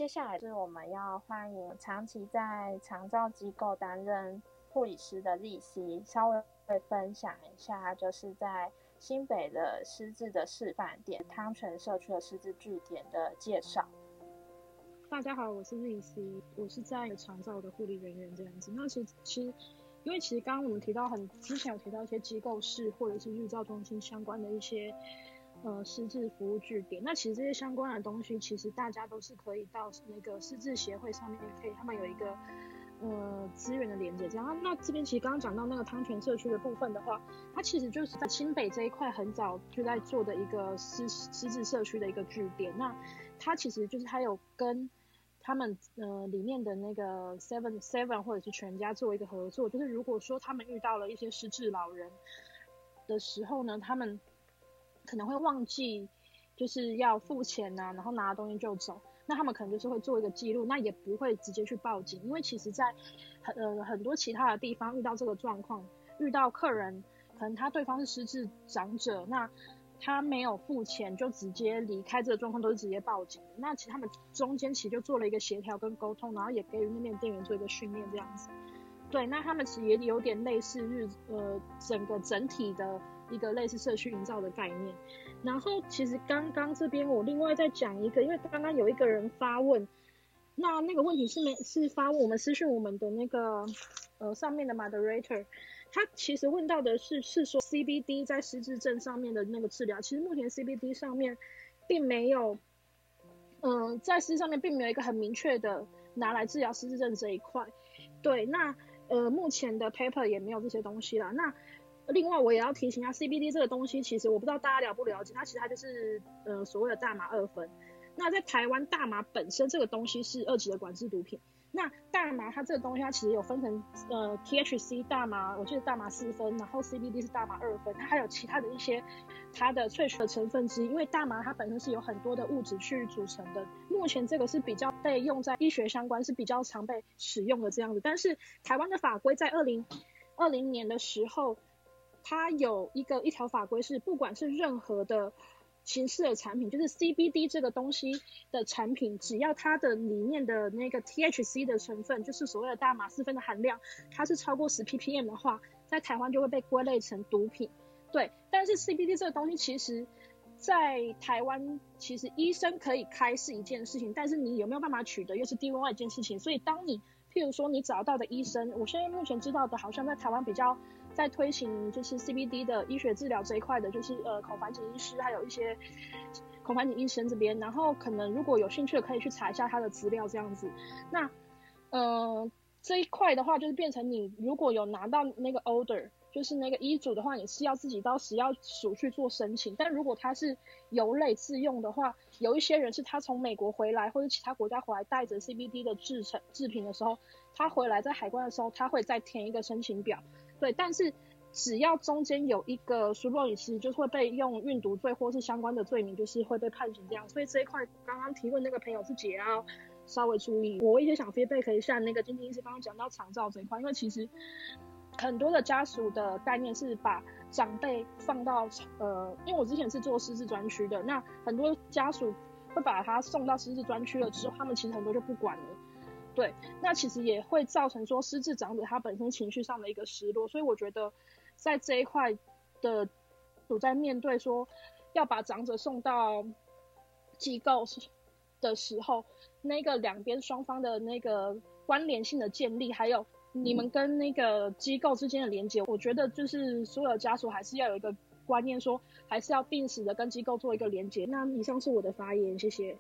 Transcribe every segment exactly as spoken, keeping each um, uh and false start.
接下来是我们要欢迎长期在长照机构担任护理师的丽西，稍微分享一下就是在新北的失智的示范点汤泉社区的失智据点的介绍。 大家好，我是丽西，我是在长照的护理人员这样子。那其实其实因为其实刚刚我们提到很之前有提到一些机构式或者是日照中心相关的一些呃失智服务据点，那其实这些相关的东西其实大家都是可以到那个失智协会上面可以他们有一个呃资源的连接这样。那这边其实刚刚讲到那个汤泉社区的部分的话，它其实就是在新北这一块很早就在做的一个失失智社区的一个据点。那它其实就是它有跟他们呃里面的那个 seven seven 或者是全家做一个合作，就是如果说他们遇到了一些失智老人的时候呢，他们可能会忘记就是要付钱啊，然后拿东西就走，那他们可能就是会做一个记录，那也不会直接去报警，因为其实在呃很多其他的地方遇到这个状况，遇到客人可能他对方是失智长者，那他没有付钱就直接离开，这个状况都是直接报警的。那其实他们中间其实就做了一个协调跟沟通，然后也给予那边店员做一个训练这样子。对，那他们其实也有点类似日呃整个整体的一个类似社区营造的概念。然后其实刚刚这边我另外再讲一个，因为刚刚有一个人发问，那那个问题是没是发问我们私讯我们的那个呃上面的 moderator， 他其实问到的是是说 C B D 在失智症上面的那个治疗，其实目前 C B D 上面并没有，嗯、呃，在失智上面并没有一个很明确的拿来治疗失智症这一块。对，那呃目前的 paper 也没有这些东西啦。那另外我也要提醒一下 C B D 这个东西，其实我不知道大家了不了解，它其实它就是呃所谓的大麻二酚。那在台湾大麻本身这个东西是二级的管制毒品，那大麻它这个东西它其实有分成呃 T H C 大麻，我记得大麻四酚，然后 C B D 是大麻二酚，它还有其他的一些它的萃取的成分之一，因为大麻它本身是有很多的物质去组成的，目前这个是比较被用在医学相关，是比较常被使用的这样子。但是台湾的法规在二零二零年的时候，它有一个一条法规是不管是任何的形式的产品，就是 C B D 这个东西的产品，只要它的里面的那个 T H C 的成分，就是所谓的大麻四酚的含量，它是超过十 P P M 的话，在台湾就会被归类成毒品。对，但是 C B D 这个东西其实在台湾其实医生可以开是一件事情，但是你有没有办法取得又是另外一件事情。所以当你譬如说你找到的医生，我现在目前知道的好像在台湾比较在推行就是 C B D 的医学治疗这一块的，就是呃孔繁景医师还有一些孔繁景医生这边，然后可能如果有兴趣的可以去查一下他的资料这样子。那呃这一块的话就是变成你如果有拿到那个 order， 就是那个医嘱的话，你是要自己到食药署去做申请。但如果他是油类自用的话，有一些人是他从美国回来或者其他国家回来带着 C B D 的制成制品的时候，他回来在海关的时候他会再填一个申请表。对，但是只要中间有一个疏漏，其实就会被用运毒罪或是相关的罪名，就是会被判刑这样。所以这一块刚刚提问那个朋友自己也要稍微注意。我一些小 feedback 可以像那个今天医师刚刚讲到长照这一块，因为其实很多的家属的概念是把长辈放到呃，因为我之前是做失智专区的，那很多家属会把他送到失智专区了之后，他们其实很多就不管了。对，那其实也会造成说失智长者他本身情绪上的一个失落，所以我觉得在这一块的主在面对说要把长者送到机构的时候，那个两边双方的那个关联性的建立，还有你们跟那个机构之间的连接，我觉得就是所有的家属还是要有一个观念，说还是要定时的跟机构做一个连接。那以上是我的发言，谢谢。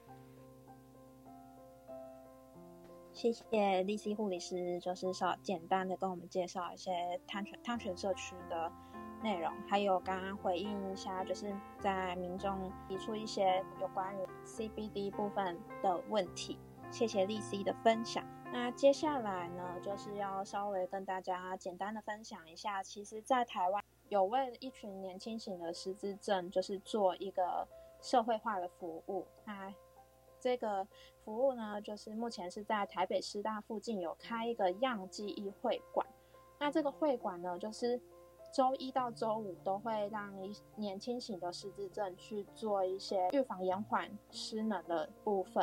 谢谢丽西护理师，就是稍简单的跟我们介绍一些汤泉汤泉社区的内容，还有刚刚回应一下，就是在民众提出一些有关于 C B D 部分的问题。谢谢丽西的分享。那接下来呢，就是要稍微跟大家简单的分享一下，其实在台湾有为一群年轻型的失智症，就是做一个社会化的服务。那这个服务呢，就是目前是在台北师大附近有开一个样记忆会馆。那这个会馆呢，就是周一到周五都会让年轻型的失智症去做一些预防延缓失能的部分。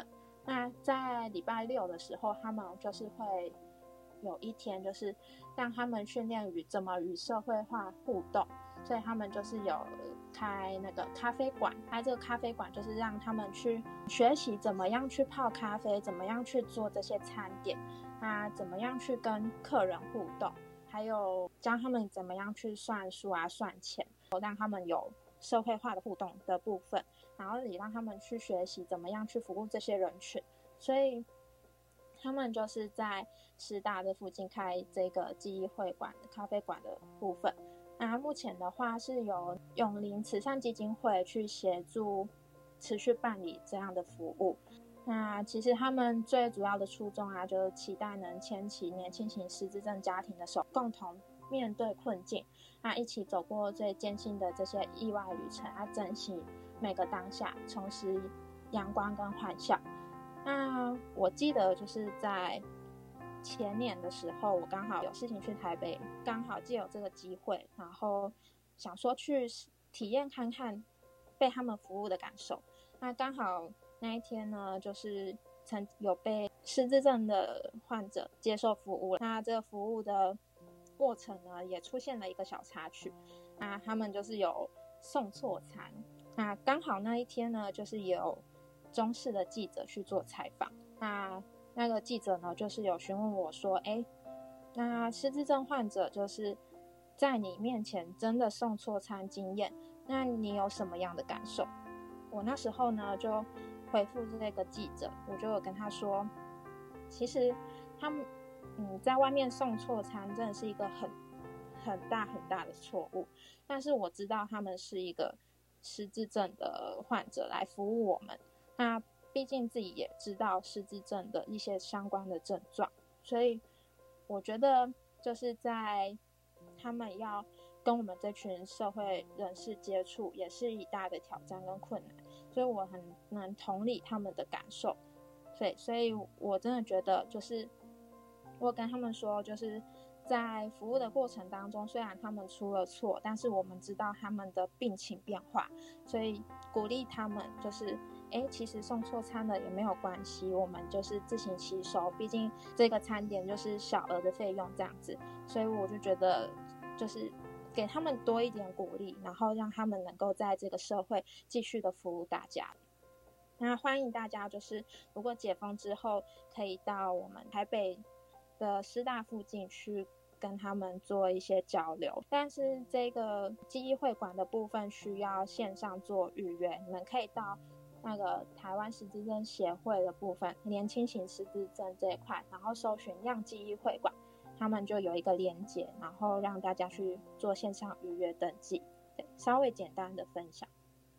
那在礼拜六的时候，他们就是会有一天，就是让他们训练与怎么与社会化互动，所以他们就是有开那个咖啡馆，开这个咖啡馆就是让他们去学习怎么样去泡咖啡，怎么样去做这些餐点，那怎么样去跟客人互动，还有教他们怎么样去算数啊、算钱，让他们有社会化的互动的部分，然后也让他们去学习怎么样去服务这些人群，所以他们就是在师大的附近开这个记忆会馆的咖啡馆的部分。那目前的话是由永龄慈善基金会去协助持续办理这样的服务。那其实他们最主要的初衷啊，就是期待能牵起年轻型失智症家庭的手，共同面对困境，啊，一起走过最艰辛的这些意外旅程，啊，珍惜每个当下，重拾阳光跟欢笑。那我记得就是在前年的时候，我刚好有事情去台北，刚好借有这个机会，然后想说去体验看看被他们服务的感受。那刚好那一天呢，就是曾有被失智症的患者接受服务，那这个服务的过程呢，也出现了一个小插曲。那他们就是有送错餐，那刚好那一天呢，就是有中视的记者去做采访。那那个记者呢，就是有询问我说，哎，那失智症患者就是在你面前真的送错餐经验，那你有什么样的感受？我那时候呢就回复这个记者，我就有跟他说，其实他们嗯在外面送错餐真的是一个很很大很大的错误，但是我知道他们是一个失智症的患者来服务我们，那毕竟自己也知道失智症的一些相关的症状，所以我觉得就是在他们要跟我们这群社会人士接触，也是一大的挑战跟困难，所以我很能同理他们的感受。对，所以我真的觉得就是我跟他们说，就是在服务的过程当中，虽然他们出了错，但是我们知道他们的病情变化，所以鼓励他们就是哎，其实送错餐了也没有关系，我们就是自行吸收，毕竟这个餐点就是小额的费用这样子，所以我就觉得就是给他们多一点鼓励，然后让他们能够在这个社会继续的服务大家。那欢迎大家就是如果解封之后可以到我们台北的师大附近去跟他们做一些交流，但是这个记忆会馆的部分需要线上做预约，你们可以到那个台湾失智症协会的部分，年轻型失智症这一块，然后搜寻样记忆会馆，他们就有一个连结，然后让大家去做线上预约登记。对，稍微简单的分享。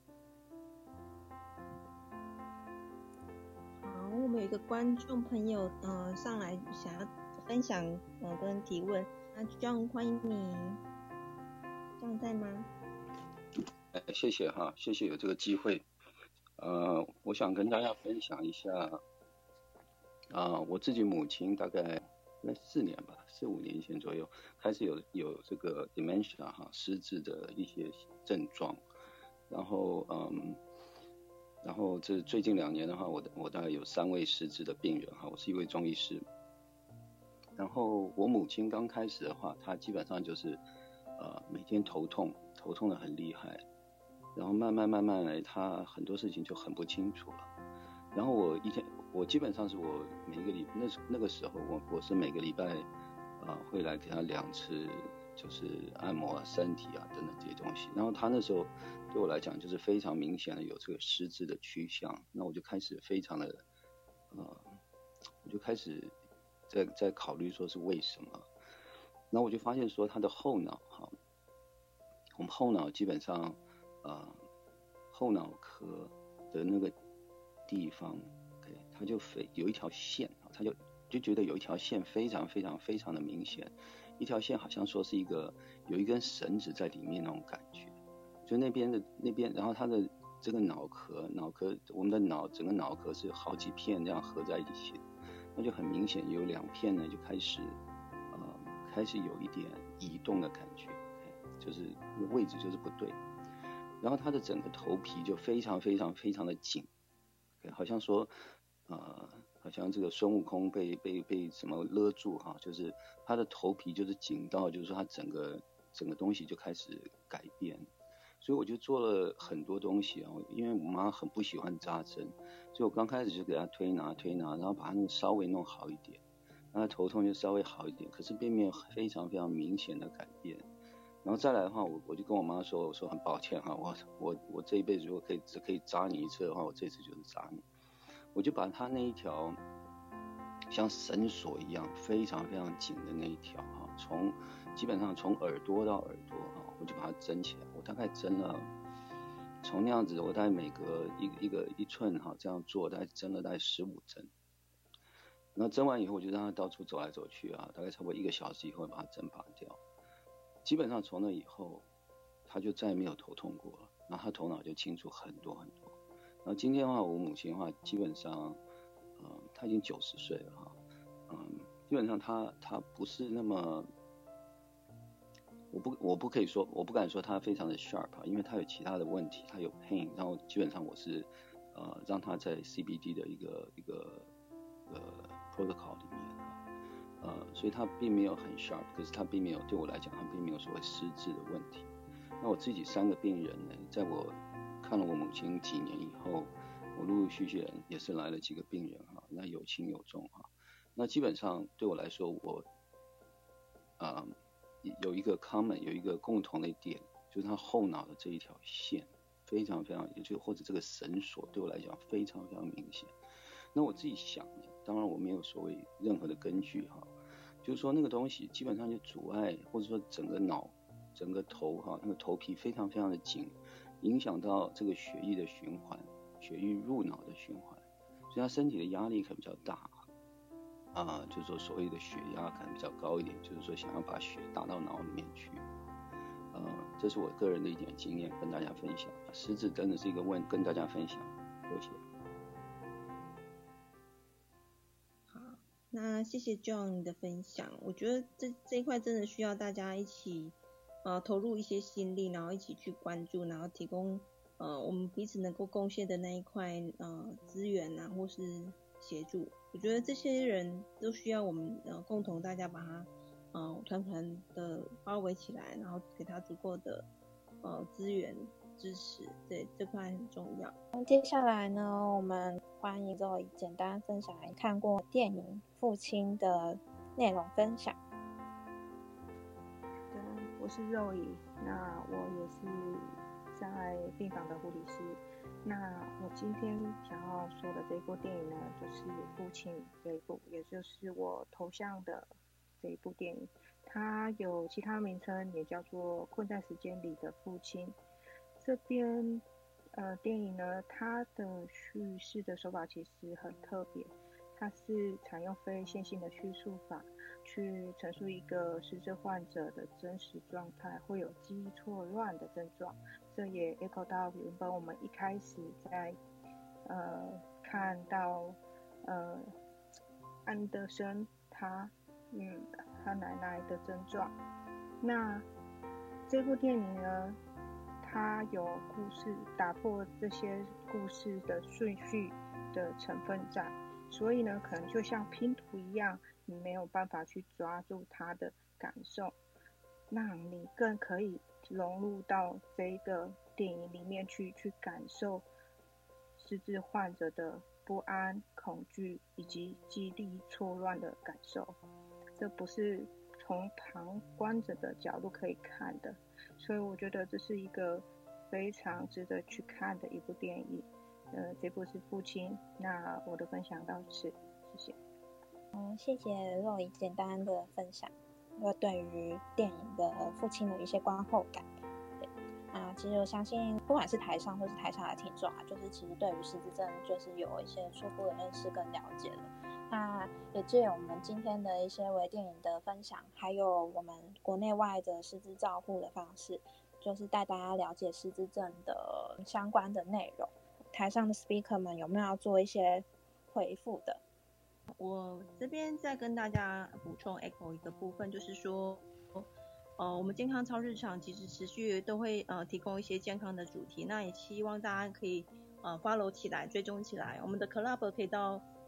好，我们有一个观众朋友呃上来想要分享呃跟提问，那 John 欢迎你 ，John 在吗？ 哎，谢谢哈，谢谢有这个机会。呃，我想跟大家分享一下，啊、呃，我自己母亲大概在四年吧，四五年前左右开始有有这个 dementia 哈，失智的一些症状，然后嗯，然后这最近两年的话，我我大概有三位失智的病人哈，我是一位中医师。然后我母亲刚开始的话，她基本上就是呃每天头痛，头痛的很厉害。然后慢慢慢慢来，他很多事情就很不清楚了。然后我一天，我基本上是我每一个礼那那个时候我我是每个礼拜啊、呃、会来给他两次，就是按摩啊、身体啊等等这些东西。然后他那时候对我来讲就是非常明显的有这个失智的趋向，那我就开始非常的呃，我就开始在在考虑说是为什么。然后我就发现说他的后脑哈，我们后脑基本上。呃，后脑壳的那个地方，对，它就非有一条线，他就就觉得有一条线非常非常非常的明显，一条线好像说是一个有一根绳子在里面那种感觉，就那边的那边，然后它的这个脑壳，脑壳我们的脑整个脑壳是好几片这样合在一起，那就很明显有两片呢就开始呃开始有一点移动的感觉，就是位置就是不对。然后他的整个头皮就非常非常非常的紧，好像说呃，好像这个孙悟空被被被什么勒住哈，就是他的头皮就是紧到，就是说他整个整个东西就开始改变。所以我就做了很多东西啊，因为我妈很不喜欢扎针，所以我刚开始就给她推拿推拿，然后把她那个稍微弄好一点，然后头痛就稍微好一点，可是并没有非常非常明显的改变。然后再来的话，我我就跟我妈说，我说很抱歉哈，我我我这一辈子如果可以只可以扎你一次的话，我这次就是扎你。我就把她那一条像绳索一样非常非常紧的那一条哈，从基本上从耳朵到耳朵哈，我就把它针起来。我大概针了，从那样子，我大概每隔一个一个一寸哈这样做，大概针了大概十五针。然后针完以后，我就让它到处走来走去啊，大概差不多一个小时以后把它针拔掉。基本上从那以后，他就再也没有头痛过了，然后他头脑就清楚很多很多。然后今天的话，我母亲的话，基本上，嗯，她已经九十岁了哈，嗯，基本上她她不是那么，我不我不可以说，我不敢说她非常的 sharp 因为她有其他的问题，她有 pain， 然后基本上我是呃让她在 C B D 的一个一个呃 protocol 里面啊，呃，所以她并没有很 sharp， 可是她并没有对我来讲，她并没有所谓失智的问题。那我自己三个病人呢，在我看了我母亲几年以后，我陆陆续续也是来了几个病人哈，那有轻有重哈。那基本上对我来说，我啊、呃、有一个 common 有一个共同的点，就是他后脑的这一条线非常非常，也就或者这个绳索对我来讲非常非常明显。那我自己想呢，当然我没有所谓任何的根据哈，就是说那个东西基本上就阻碍，或者说整个脑整个头哈，那个头皮非常非常的紧，影响到这个血液的循环，血液入脑的循环，所以他身体的压力可能比较大啊、呃，就是说所谓的血压可能比较高一点，就是说想要把血打到脑里面去。呃，这是我个人的一点经验跟大家分享，失智真的是一个问跟大家分享，多谢。 好，那谢谢 John 你的分享，我觉得这这一块真的需要大家一起呃投入一些心力，然后一起去关注，然后提供呃我们彼此能够贡献的那一块呃资源啊，或是协助。我觉得这些人都需要我们呃共同大家把它呃团团的包围起来，然后给他足够的呃资源支持，对，这块很重要。 接下来呢，我们欢迎 Zoe 简单分享看过电影《父亲》的内容分享。 对，我是 Zoe， 那我也是在病房的护理师。那我今天想要说的这一部电影呢，就是《父亲》这一部，也就是我头像的这一部电影。它有其他名称，也叫做《困在时间里的父亲》。这边呃电影呢，它的叙事的手法其实很特别，它是采用非线性的叙述法，去陈述一个失智患者的真实状态，会有记忆错乱的症状。这也 echo 到原本我们一开始在呃看到呃安德森他嗯他奶奶的症状。那这部电影呢，它有故事打破这些故事的顺序的成分在，所以呢可能就像拼图一样，你没有办法去抓住它的感受，那你更可以融入到这个电影里面去，去感受失智患者的不安、恐惧以及记忆力错乱的感受。这不是从旁观者的角度可以看的，所以我觉得这是一个非常值得去看的一部电影。呃，这部是《父亲》。那我的分享到此，谢谢。 嗯，谢谢肉姨简单的分享。我对于电影的父亲的一些观后感，对啊，其实我相信，不管是台上或是台下的听众啊，就是其实对于失智症就是有一些初步的认识跟了解了。那也借由我们今天的一些微电影的分享，还有我们国内外的失智照护的方式，就是带大家了解失智症的相关的内容。台上的 speaker 们有没有要做一些回复的？ 我这边再跟大家补充 echo 一个部分，就是说，呃，我们健康超日常其实持续都会呃提供一些健康的主题，那也希望大家可以呃 follow 起来，追踪起来。我们的 club 可以到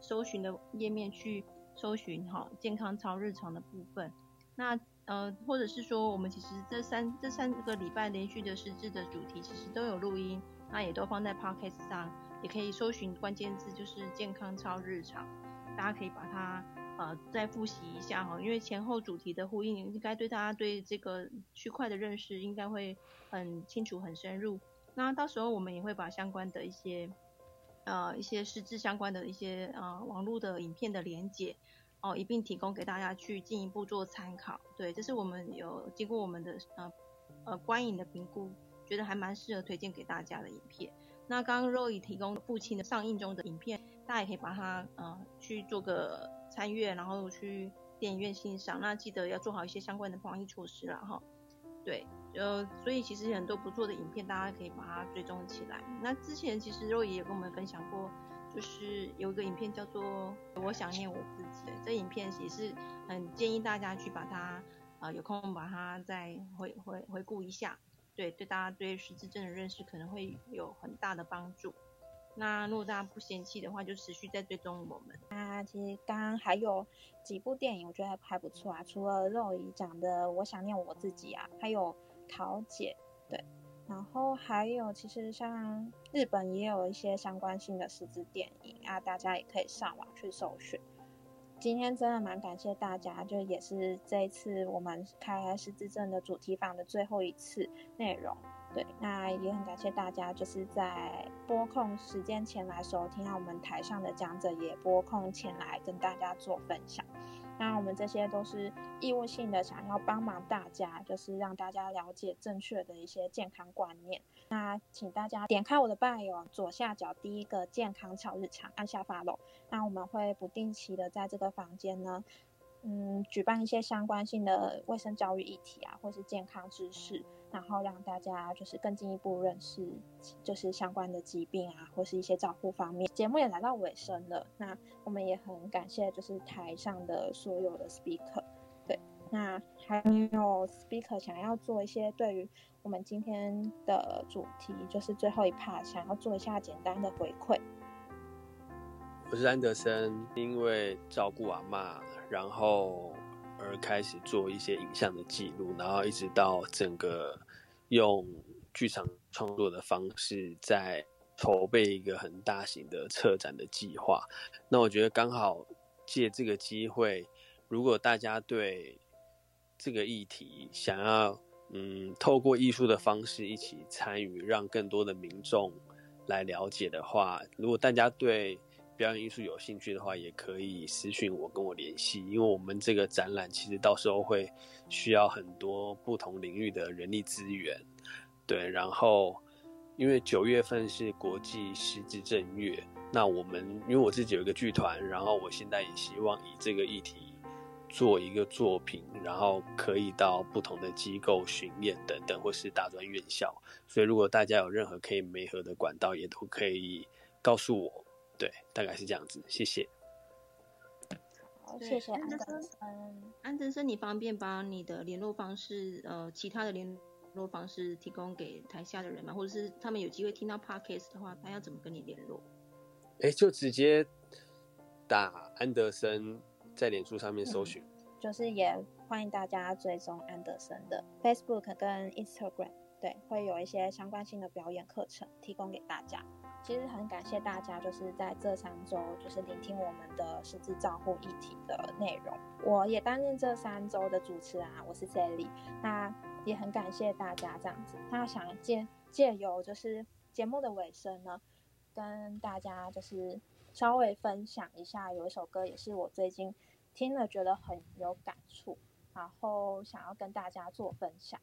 搜寻的页面去搜寻哈健康超日常的部分。那呃，或者是说我们其实这三这三个礼拜连续的实质的主题其实都有录音，那也都放在 Podcast 上，也可以搜寻关键字就是健康超日常，大家可以把它呃再复习一下哈，因为前后主题的呼应应该对大家对这个区块的认识应该会很清楚很深入。那到时候我们也会把相关的一些呃一些实质相关的一些呃网络的影片的连结哦，一并提供给大家去进一步做参考。对，这是我们有经过我们的呃呃观影的评估，觉得还蛮适合推荐给大家的影片。那刚刚 Roy 提供父亲的上映中的影片，大家也可以把它呃去做个参阅，然后去电影院欣赏。那记得要做好一些相关的防疫措施啦哈。对，呃，所以其实很多不错的影片，大家可以把它追踪起来。那之前其实 Roy 也跟我们分享过。就是有一个影片叫做《我想念我自己》，这影片也是很建议大家去把它，呃，有空把它再回回回顾一下，对，对大家对失智症的认识可能会有很大的帮助。那如果大家不嫌弃的话，就持续在追踪我们。 那其实刚刚还有几部电影，我觉得还不错啊，除了肉姨讲的《我想念我自己》啊，还有《桃姐》，对。然后还有，其实像日本也有一些相关性的失智电影啊，大家也可以上网去搜寻。今天真的蛮感谢大家，就也是这一次我们开失智症的主题坊的最后一次内容。对，那也很感谢大家，就是在拨空时间前来收听，那我们台上的讲者也拨空前来跟大家做分享。那我们这些都是义务性的，想要帮忙大家，就是让大家了解正确的一些健康观念。那请大家点开我的 bio 左下角第一个健康超日常，按下 follow。那我们会不定期的在这个房间呢，嗯，举办一些相关性的卫生教育议题啊，或是健康知识，然后让大家就是更进一步认识就是相关的疾病啊，或是一些照护方面。节目也来到尾声了，那我们也很感谢就是台上的所有的 speaker。 对，那还有 speaker 想要做一些对于我们今天的主题就是最后一 part 想要做一下简单的回馈。 我是安德森，因为照顾阿嬷，然后而开始做一些影像的记录，然后一直到整个用剧场创作的方式在筹备一个很大型的策展的计划。那我觉得刚好借这个机会，如果大家对这个议题想要嗯透过艺术的方式一起参与，让更多的民众来了解的话，如果大家对表演艺术有兴趣的话，也可以私讯我跟我联系，因为我们这个展览其实到时候会需要很多不同领域的人力资源，对，然后因为九月份是国际失智症月，那我们因为我自己有一个剧团，然后我现在也希望以这个议题做一个作品，然后可以到不同的机构巡演等等，或是大专院校，所以如果大家有任何可以媒合的管道，也都可以告诉我。对，大概是这样子，谢谢。 好，谢谢安德森。 安德森，你方便把你的联络方式，呃，其他的联络方式提供给台下的人吗？或者是他们有机会听到 podcast 的话，他要怎么跟你联络？ 哎，就直接打安德森，在脸书上面搜寻、 嗯。就是也欢迎大家追踪安德森的 Facebook 跟 Instagram， 对，会有一些相关性的表演课程提供给大家。其实很感谢大家，就是在这三周就是聆听我们的失智照护议题的内容。我也担任这三周的主持人啊，我是 Sally。那也很感谢大家这样子。那想借借由就是节目的尾声呢，跟大家就是稍微分享一下，有一首歌也是我最近听了觉得很有感触，然后想要跟大家做分享。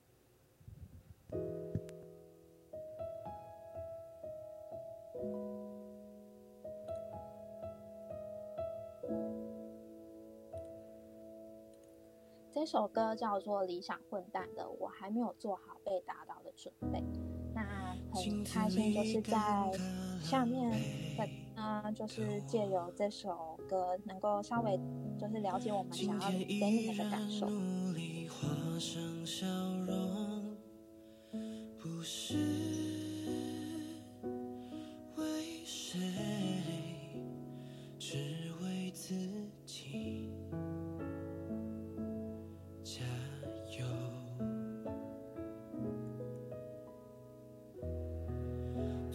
这首歌叫做理想混蛋的我还没有做好被打倒的准备。那很开心就是在下面的呢，就是借由这首歌能够稍微就是了解我们想要给你们的感受。不是为谁，只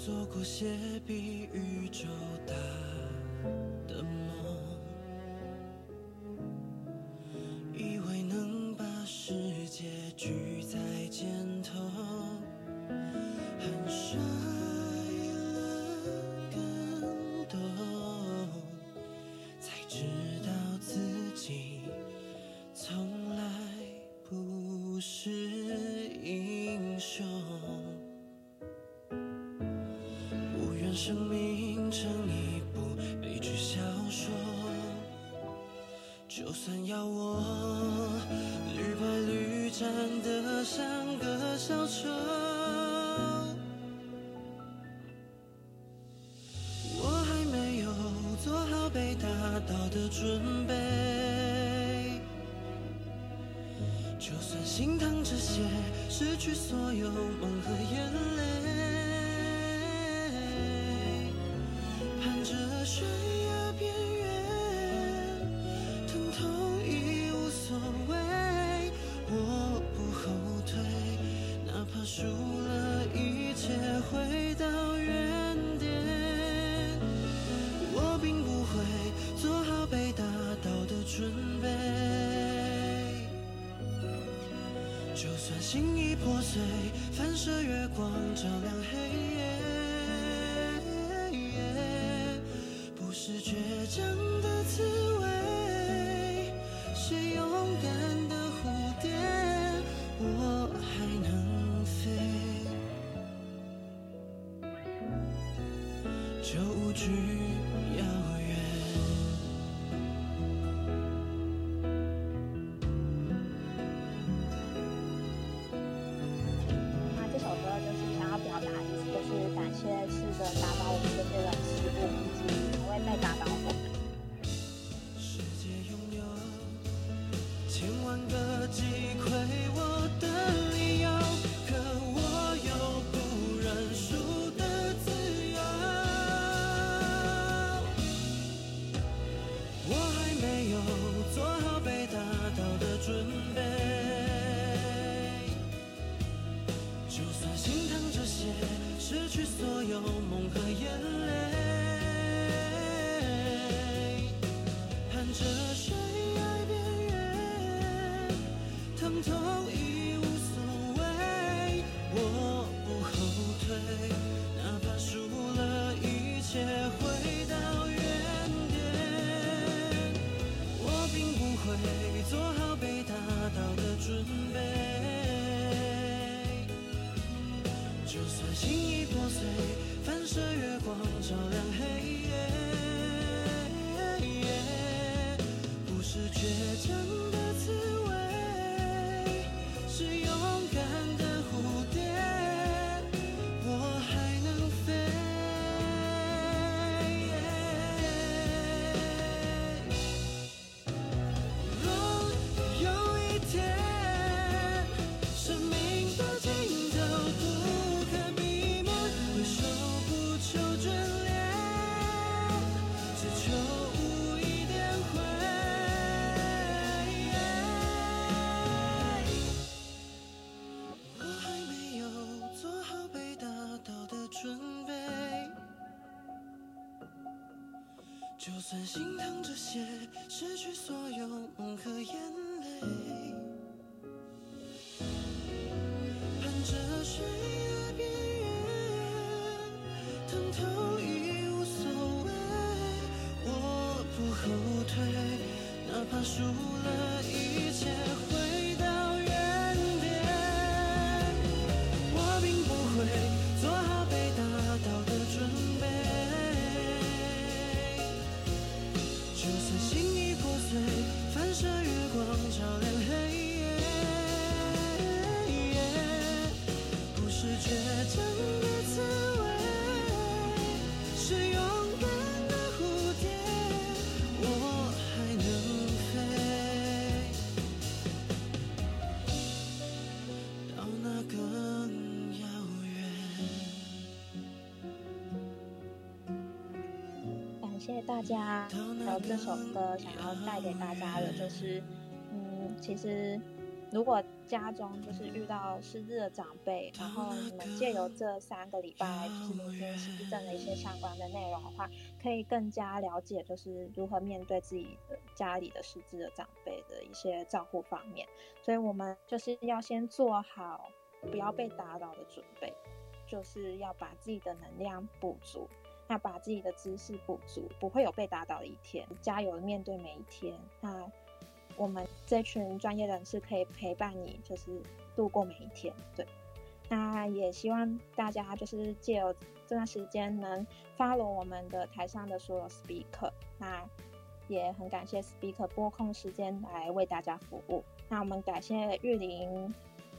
做过些比宇宙大的梦，以为能把世界举在肩头，很帅了更多，才知道自己从来不是英雄。不愿生命成一部悲剧小说，就算要我屡败屡战得像个小丑，我还没有做好被打倒的准备，就算心疼这些失去所有梦和眼泪，攀着悬崖边缘，疼痛已无所谓，我不后退，哪怕输了一切回到原点，我并不会做好被打倒的准备，就算心已破碎，反射月光照亮黑夜，不是倔强的刺猬，是勇敢的蝴蝶，我还能飞，就无惧遥远。 那这首歌就是想要表达的意思，就是感谢试着打倒我们这些人事物，以及从未被打倒我们。 世界拥有千万个击溃我的理由，可我有不认输的自由，我还没有做好被打倒的准备，就算心疼这些失去所有梦和眼泪，攀着悬崖边缘，疼痛已无所谓，我不后退，哪怕输了一切回到原点，我并不会做好被打倒的准备，就算心已破碎，反射月光照亮黑夜，不是倔强的刺猬，是勇敢的蝴蝶，我还能飞。若有一天，生命的尽头不可避免，回首不求眷恋，只求无一点悔。我还没有做好被打倒的准备，就算心疼这些失去所有梦和眼泪，攀着悬崖边缘，疼痛已无所谓，我不后退，哪怕输了一切回到原点，我并不会做好被打倒的准备，就算心已破碎，反射月光照亮黑夜，不是倔强的刺猬，是勇敢的蝴蝶，我还能飞，到那更遥远。 感谢大家。还有这首歌想要带给大家的就是，嗯，其实如果家中就是遇到失智的长辈，然后你们借由这三个礼拜就是聆听失智症的一些相关的内容的话，可以更加了解就是如何面对自己的家里的失智的长辈的一些照顾方面。所以我们就是要先做好不要被打扰的准备，就是要把自己的能量补足，那把自己的知识补足，不会有被打倒的一天，加油面对每一天。那我们这群专业人士可以陪伴你，就是度过每一天。对，那也希望大家就是借由这段时间能 follow 我们的台上的所有 speaker， 那也很感谢 speaker 拨空时间来为大家服务。那我们感谢玉玲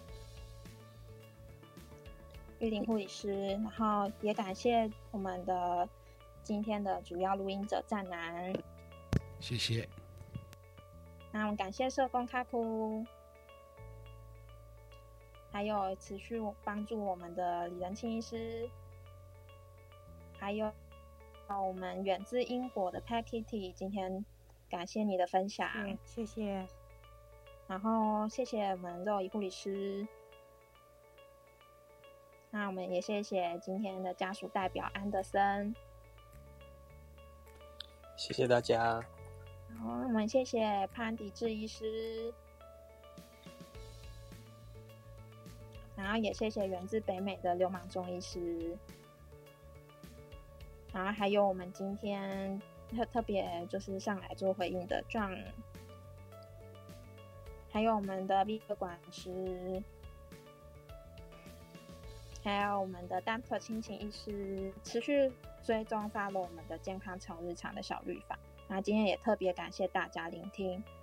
玉玲护理师，然后也感谢我们的今天的主要录音者战南， 谢谢。 那我们感谢社工卡库，还有持续帮助我们的李仁清医师，还有我们远自英国的 Pat Kitty， 今天感谢你的分享， 谢谢。 然后谢谢我们肉姨护理师，那我们也谢谢今天的家属代表安德森， 谢谢大家。 好，我们谢谢潘迪志医师，然后也谢谢源自北美的流氓中医师，然后还有我们今天特特别就是上来做回应的 John， 还有我们的 V 管师，还有我们的 Doctor 亲情医师，持续追踪 follow 我们的健康超日常的小绿法。那今天也特别感谢大家聆听，